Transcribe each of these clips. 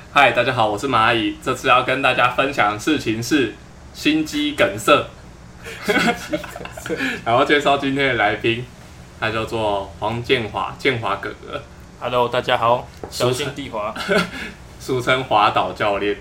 嗨，大家好，我是蚂蚁。这次要跟大家分享的事情是心肌梗塞。然后介绍今天的来宾，他叫做黄建华，建华哥哥。 Hello， 大家好，小心地滑， 俗称滑倒教练。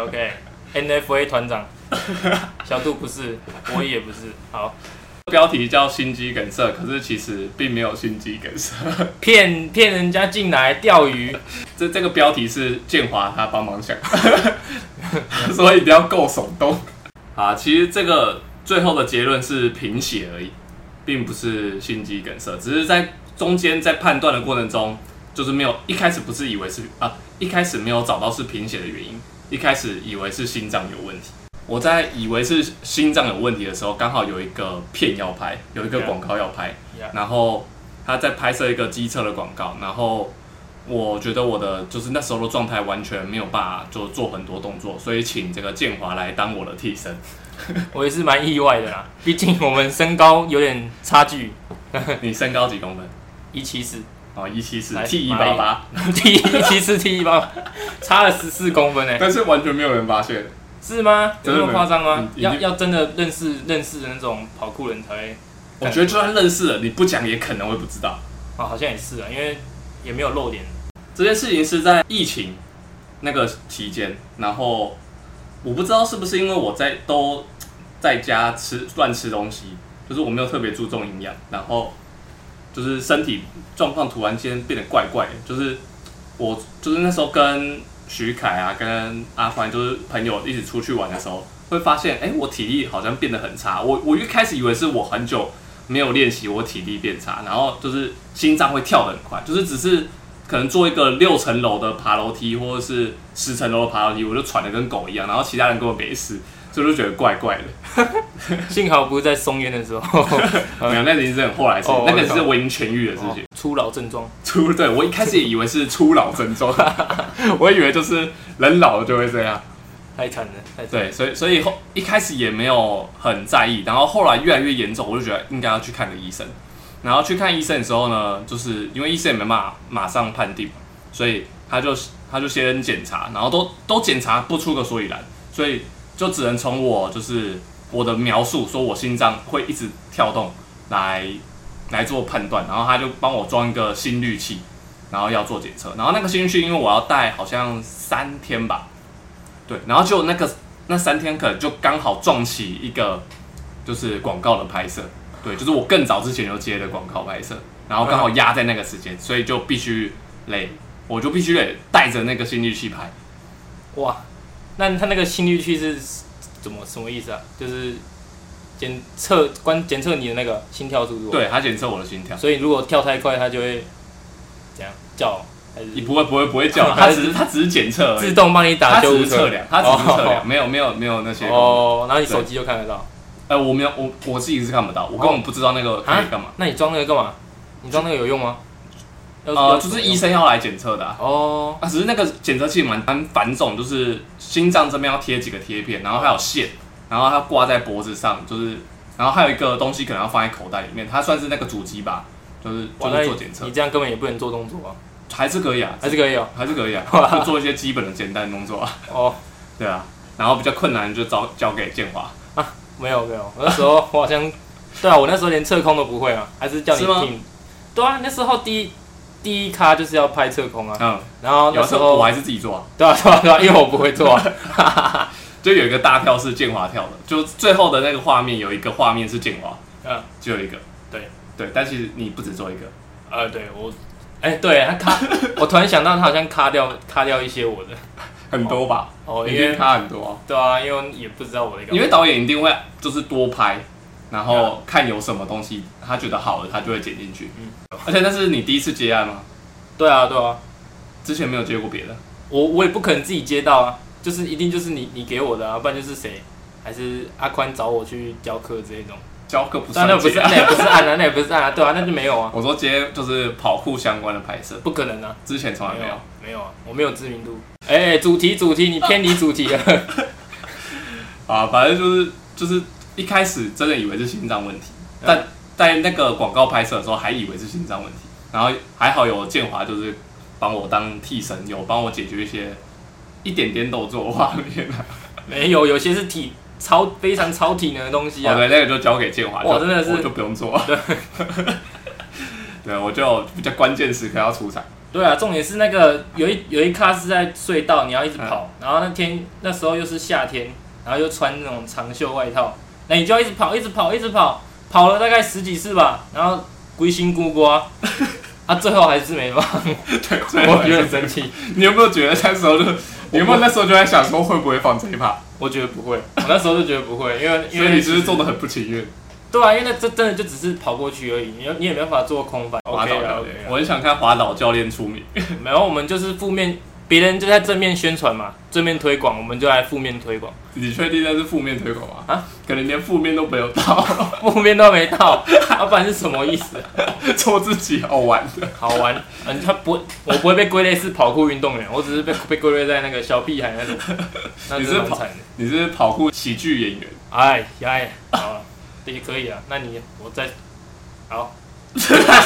OK，NFA 团长，小杜不是，我也不是。好， 标题叫心肌梗塞，可是其实并没有心肌梗塞， 骗人家进来钓鱼。 这个标题是建华他帮忙想，所以一定要够耸动。啊，其实这个最后的结论是贫血而已，并不是心肌梗塞，只是在中间在判断的过程中，就是没有一开始不是以为是一开始没有找到是贫血的原因，一开始以为是心脏有问题。我在以为是心脏有问题的时候，刚好有一个片要拍，有一个广告要拍，然后他在拍摄一个机车的广告，然后我觉得我的就是那时候的状态完全没有办法就做很多动作，所以请这个建华来当我的替身。 我也是蛮意外的啦，毕竟我们身高有点差距。 你身高几公分 ？174。 哦，174 T188，T174 T188，差了14公分哎。 但是完全没有人发现。 是吗？有那么夸张吗？要真的认识的那种跑酷人才会。 我觉得就算认识了，你不讲也可能会不知道。 好像也是啊，因为也没有露脸。 这件事情是在疫情那个期间，然后我不知道是不是因为我都在家乱吃东西，就是我没有特别注重营养，然后就是身体状况突然间变得怪怪的，就是我就是那时候跟徐凯啊，跟阿欢就是朋友一起出去玩的时候，会发现我体力好像变得很差。我一开始以为是我很久没有练习，我体力变差，然后就是心脏会跳得很快，就是只是可能做一个6层楼的爬楼梯，或者是10层楼的爬楼梯，我就喘得跟狗一样，然后其他人根本没事，所以我就觉得怪怪的。 幸好不是在松烟的时候， 没有，那已经是很后来的事情，那个是我已经痊愈的事情。 初老症状， 对，我一开始也以为是初老症状，我以为就是人老了就会这样。 太惨了。 对，所以一开始也没有很在意，然后后来越来越严重，我就觉得应该要去看个医生。然后去看医生的时候呢，就是因为医生也没办法马上判定，所以他就先检查，然后都检查不出个所以然，所以就只能从我的描述，说我心脏会一直跳动来做判断，然后他就帮我装一个心率器，然后要做检测，然后那个心率器因为我要戴好像3天吧，对，然后就那3天可能就刚好撞起一个就是广告的拍摄，对，就是我更早之前就接的广告拍摄，然后刚好压在那个时间，所以就必须我就必须得带着那个心率器拍。 哇，那他那个心率器是什么意思啊？就是检测你的那个心跳速度。 对，他检测我的心跳。 所以如果跳太快，他就会怎样叫？ 你不会叫，他只是检测而已， 自动帮你打救护车。 他只是测量，没有那些。 然后你手机就看得到。 我没有，我自己是看不到，我根本不知道那个可以干嘛。 那你装那个干嘛？你装那个有用吗？ 就是医生要来检测的。只是那个检测器蛮繁种，就是心脏这边要贴几个贴片，然后还有线，然后它挂在脖子上，然后还有一个东西可能要放在口袋里面，它算是那个主机吧，就是做检测。 你这样根本也不能做动作啊。 还是可以啊， 还是可以啊，就做一些基本的简单的动作啊。对啊，然后比较困难就交给建华。 没有，我那时候我好像，对啊，我那时候连测空都不会啊，还是叫你听。对啊，那时候第一咖就是要拍测空啊。然后那时候我还是自己做啊。 对啊，因为我不会做啊。 就有一个大跳是建华跳的，就最后的那个画面有一个画面是建华，只有一个。对，但其实你不只做一个。 对我。对他卡，我突然想到他好像卡掉一些我的， 很多吧？因为卡很多。 对啊，因为也不知道我的。 因为导演一定会就是多拍，然后看有什么东西他觉得好的，他就会剪进去。而且那是你第一次接案吗？ 对啊， 之前没有接过别的。 我也不可能自己接到啊，就是一定就是你给我的啊，不然就是谁，还是阿宽找我去教课这种。 教课不算那也不是案啊，对啊，那就没有啊。 我说接就是跑酷相关的拍摄， 不可能啊， 之前从来没有啊，我没有知名度。主题，你偏离主题了。 反正就是一开始真的以为是心脏问题，但在那个广告拍摄的时候还以为是心脏问题，然后还好有建华就是帮我当替身，有帮我解决一一点点都做画面啊。 没有，有些是非常超体能的东西啊。 对，那个就交给建华， 哇，真的是我就不用做。对，对，我就比较关键时刻要出场。 对啊，重点是那个有一咖是在隧道，你要一直跑，然后那时候又是夏天，然后又穿那种长袖外套，那你就要一直跑，一直跑，一直跑，跑了大概10几次吧，然后龟心孤瓜，最后还是没放。 对， 我有点生气。 你有没有觉得你有没有那时候就在想说会不会放这一趴？ 我觉得不会，我那时候就觉得不会，因为所以你是不是做的很不情愿？ 对啊，因为那这真的就只是跑过去而已，你也没办法做空翻。 滑倒教练，我很想看滑倒教练出名。 没有，我们就是负面，别人就在正面宣传嘛，正面推广，我们就来负面推广。 你确定那是负面推广吗？啊，可能连负面都没有到， 负面都没到，不然是什么意思？ 做自己好玩的， 好玩。我不会被归类是跑酷运动员，我只是被归类在那个小屁孩那种。 你是跑酷喜剧演员？ 哎，好了。也可以啊，那我再好。你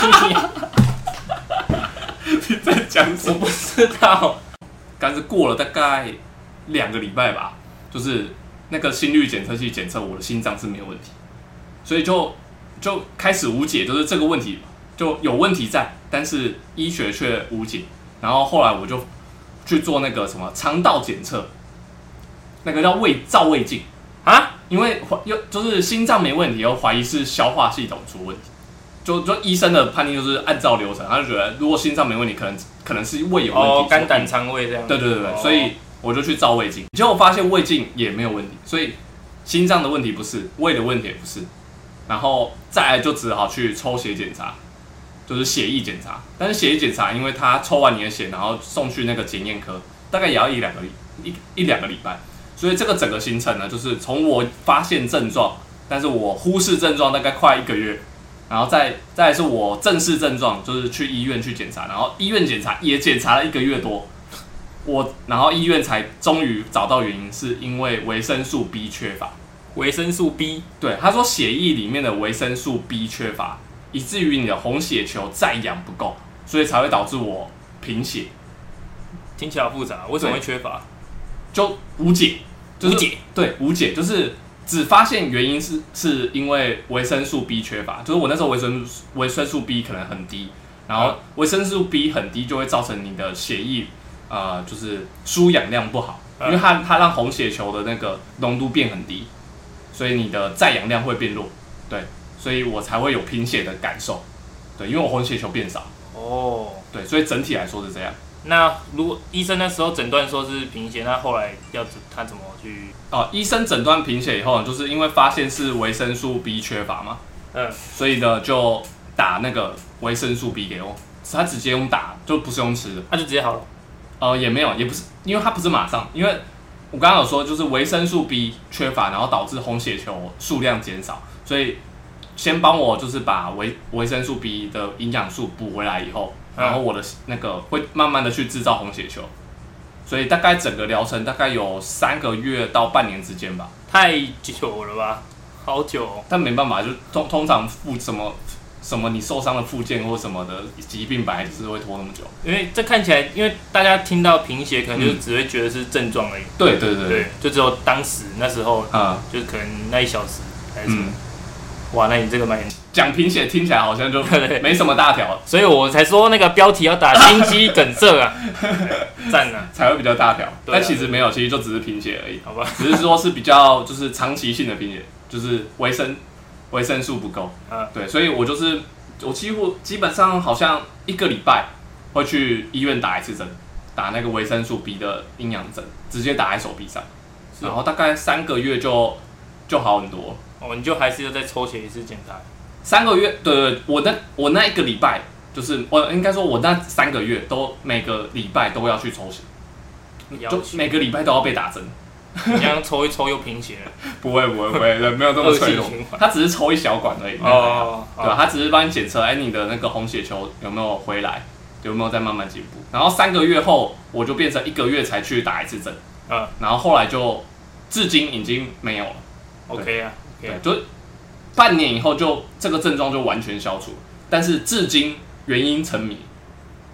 在讲什么？ 我不知道。 但是过了大概2个礼拜吧，就是那个心率检测器检测我的心脏是没有问题，所以就开始无解，就是这个问题就有问题在，但是医学却无解。然后后来我就去做那个什么肠道检测，那个叫照胃镜啊。因为就是心脏没问题，又怀疑是消化系统出问题，就医生的判定就是按照流程，他就觉得如果心脏没问题，可能是胃有问题， 肝胆肠胃这样。 对，所以我就去照胃镜，结果发现胃镜也没有问题，所以心脏的问题不是，胃的问题也不是，然后再来就只好去抽血检查，就是血液检查，但是血液检查因为他抽完你的血，然后送去那个检验科，大概也要一两个礼拜。所以这个整个行程呢，就是从我发现症状，但是我忽视症状大概快1个月，然后再来是我正视症状，就是去医院去检查，然后医院检查也检查了1个月多，然后医院才终于找到原因，是因为维生素 B 缺乏。 维生素 B， 对，他说血液里面的维生素 B 缺乏，以至于你的红血球载氧不够，所以才会导致我贫血。 听起来好复杂，为什么会缺乏？ 就无解。 无解， 对，无解，就是只发现原因是因为维生素 B 缺乏，就是我那时候维生素 B 可能很低，然后维生素 B 很低就会造成你的血液就是输氧量不好，因为它让红血球的那个浓度变很低，所以你的载氧量会变弱，对，所以我才会有贫血的感受，对，因为我红血球变少，对，所以整体来说是这样。 那如果医生那时候诊断说是贫血，那后来他怎么去？ 医生诊断贫血以后，就是因为发现是维生素 B 缺乏嘛，所以呢就打那个维生素 B 给我，他直接用打，就不是用吃的， 就直接好了。 也没有，也不是，因为它不是马上，因为我刚刚有说就是维生素 B 缺乏，然后导致红血球数量减少，所以先帮我就是把维生素 B 的营养素补回来以后。然后我的那个会慢慢的去制造红血球，所以大概整个疗程大概有3个月到半年之间吧。 太久了吧？好久哦。 但没办法，就通常什么你受伤的附件或什么的疾病，本来就是会拖那么久。 因为这看起来，因为大家听到贫血，可能就只会觉得是症状而已。 对， 就只有当时那时候，就是可能那1小时还是什么。哇，那你这个蛮讲贫血听起来好像就没什么大条， 所以我才说那个标题要打心肌梗塞啊，赞啊， 才会比较大条。但其实没有，其实就只是贫血而已， 好吧？ 只是说是比较就是长期性的贫血，就是维生素不够。对，所以我基本上好像1个礼拜会去医院打1次针，打那个维生素 B 的营养针，直接打在手臂上，然后大概3个月就好很多。 你就还是要再抽血1次检查。 3个月，对，我那1个礼拜，就是我应该说，我那3个月都每个礼拜都要去抽血，就每个礼拜都要被打针。 你这样抽一抽又贫血了？ 不会，没有这么脆弱。他只是抽一小管而已。对吧？他只是帮你检测，你的那个红血球有没有回来，有没有在慢慢进步。然后3个月后，我就变成1个月才去打1次针。然后后来就至今已经没有了。 OK 啊。 对，就半年以后就这个症状就完全消除，但是至今原因成谜。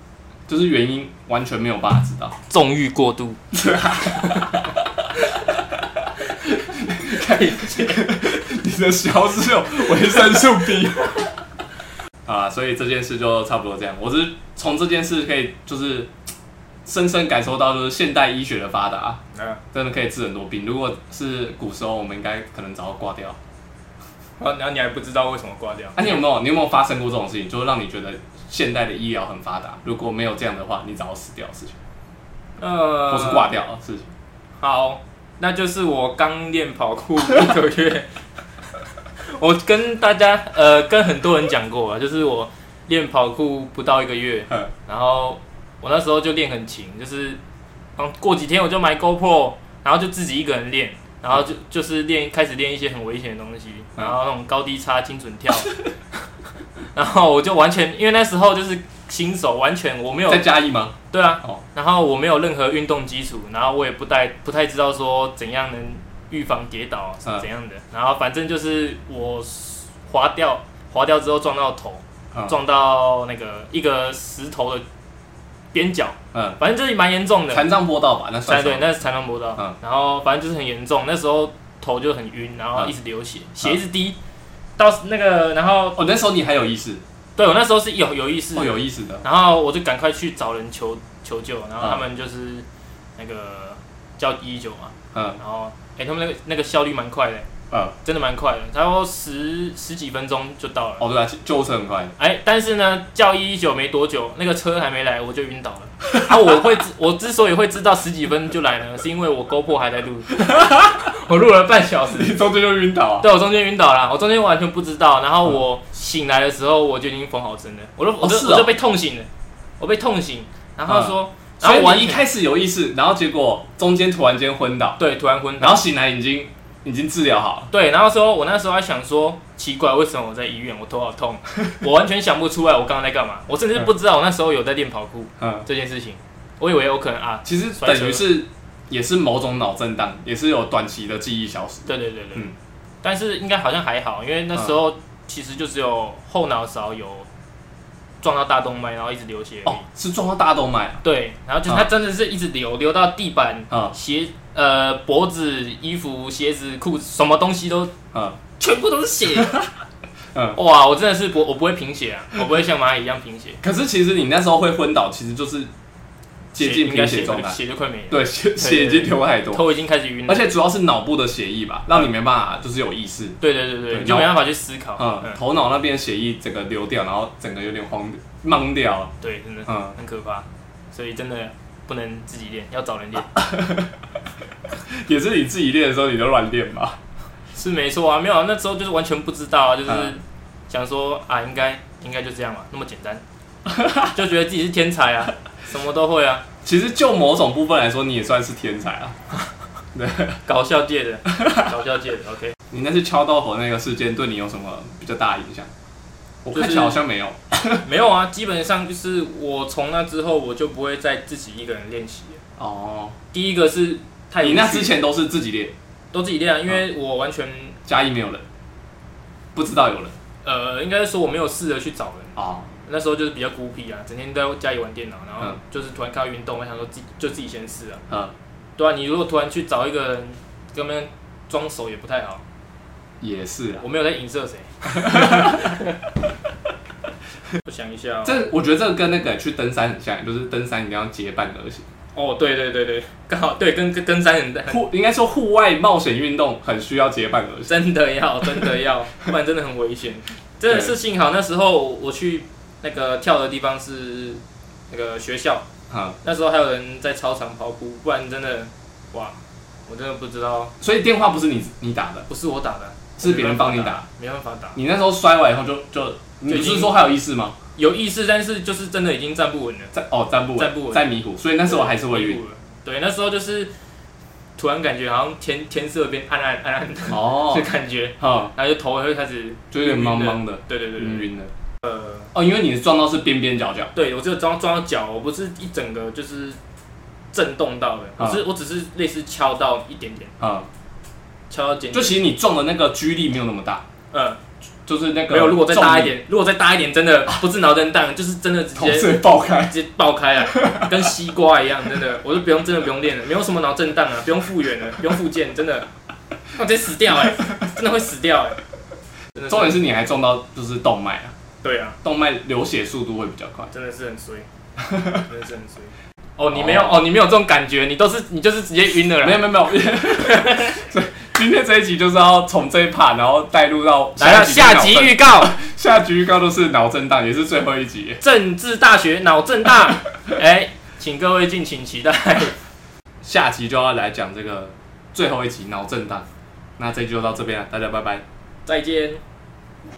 就是原因完全没有办法知道。 纵欲过度。 你的小是有维生素 B 啊，所以这件事就差不多这样。我只是从这件事可以就是深深感受到，就是现代医学的发达，真的可以治很多病。如果是古时候，我们应该可能早就挂掉。 然后你还不知道为什么挂掉？ 你有没有发生过这种事情，就是让你觉得现代的医疗很发达？如果没有这样的话，你早就死掉的事情，或是挂掉的事情。 好，那就是我刚练跑酷1个月。我跟大家跟很多人讲过啊，就是我练跑酷不到1个月，然后我那时候就练很勤，就是过几天我就买 GoPro， 然后就自己一个人练，然后就是开始练一些很危险的东西，然后那种高低差、精准跳，然后我就完全因为那时候就是新手，完全我没有在嘉义吗？ 对啊，然后我没有任何运动基础，然后我也不太知道说怎样能预防跌倒是怎样的，然后反正就是我滑掉之后撞到头，撞到那个一个石头的边角，反正就是蛮严重的。 残障坡道吧，那算。 对，那是残障坡道。然后反正就是很严重，那时候头就很晕，然后一直流血，血一直滴到那个，然后那时候你还有意识？ 对，我那时候是有意识， 有意识的。 然后我就赶快去找人求救，然后他们就是那个叫119嘛，然后他们那个效率蛮快的，真的蛮快的，差不多十几分钟就到了。 对啊，救护车很快。 但是呢，叫119没多久，那个车还没来，我就晕倒了。我之所以会知道10几分就来呢，是因为我 GoPro 还在录，我录了半小时， 你中间就晕倒啊？ 对，我中间晕倒了，我中间完全不知道，然后我醒来的时候我就已经缝好针了，我就被痛醒了，我被痛醒，然后说。 所以我一开始有意识，然后结果中间突然间昏倒， 对，突然昏倒， 然后醒来已经治疗好了， 对，然后我那时候还想说，奇怪，为什么我在医院，我头好痛，我完全想不出来我刚刚在干嘛，我甚至不知道我那时候有在练跑酷这件事情，我以为我可能其实等于是也是某种脑震荡，也是有短期的记忆消失， 对，但是应该好像还好，因为那时候其实就只有后脑勺有撞到大动脉，然后一直流血而已。 是撞到大动脉。 对，然后就是它真的是一直流到地板、鞋、脖子、衣服、鞋子、裤子，什么东西都，全部都是血。哇，我真的是我不会贫血啊，我不会像蚂蚁一样贫血。 可是其实你那时候会昏倒，其实就是接近贫血状态， 血就快没了。 对，血已经流太多， 头已经开始晕了， 而且主要是脑部的血液吧，让你没办法就是有意识。 对，你就没办法去思考。 头脑那边血液整个流掉，然后整个有点懵掉。 对，真的，很可怕。所以真的不能自己练，要找人练。 也是你自己练的时候你就乱练吧？ 是没错啊，没有那时候就是完全不知道啊，就是想说应该就这样嘛，那么简单，就觉得自己是天才啊。什么都会啊！ 其实就某种部分来说，你也算是天才啊。对， 搞笑界的 ，OK。 你那次敲豆腐那个事件对你有什么比较大的影响？我看起来好像没有。 没有啊，基本上就是我从那之后，我就不会再自己一个人练习了。第一个是太你那之前都是自己练， 都自己练啊，因为我完全嘉义没有人，不知道有人。 应该是说我没有试着去找人。 哦。 那时候就是比较孤僻啊，整天都在家里玩电脑，然后就是突然看到运动，我想说自己先试啊。对啊，你如果突然去找一个人跟他们装熟也不太好。 也是啊， 我没有在影射谁。我想一下我觉得这个跟那个去登山很像，就是登山一定要结伴而行。 对，刚好对，跟登山应该说户外冒险运动很需要结伴而行。 真的要，不然真的很危险。真的是幸好那时候我去那个跳的地方是那个学校，那时候还有人在操场跑步，不然真的哇，我真的不知道。 所以电话不是你打的， 不是我打的， 是别人帮你打， 没办法打。 你那时候摔完以后就你不是说还有意识吗？ 有意识，但是就是真的已经站不稳了。 站不稳，在迷糊，所以那时候还是会晕。 对，那时候就是突然感觉好像天色变暗的，就感觉，然后就头会开始就有点茫茫的， 对， 晕的。因为你是撞到是边边角角， 对我只有撞到脚，我不是一整个就是震动到的，我只是类似敲到一点点，敲到尖， 就其实你撞的那个 G 力没有那么大， 就是那个没有，如果再大一点，真的不是脑震荡，就是真的直接爆开了，跟西瓜一样，真的，我就真的不用练了，没有什么脑震荡啊，不用复原了，不用复健，真的，我直接死掉真的会死掉重点是你还撞到就是动脉啊， 对啊， 动脉流血速度会比较快， 真的是很衰，真的是很衰。哦，你没有这种感觉，你就是直接晕了啦。 没有。所以今天这一集就是要从这一 part， 然后带入到下集预告。 下集预告都是脑震荡，也是最后一集。 政治大学脑震荡，请各位敬请期待。 下集就要来讲这个最后一集脑震荡。那这一集就到这边了，大家拜拜， 再见。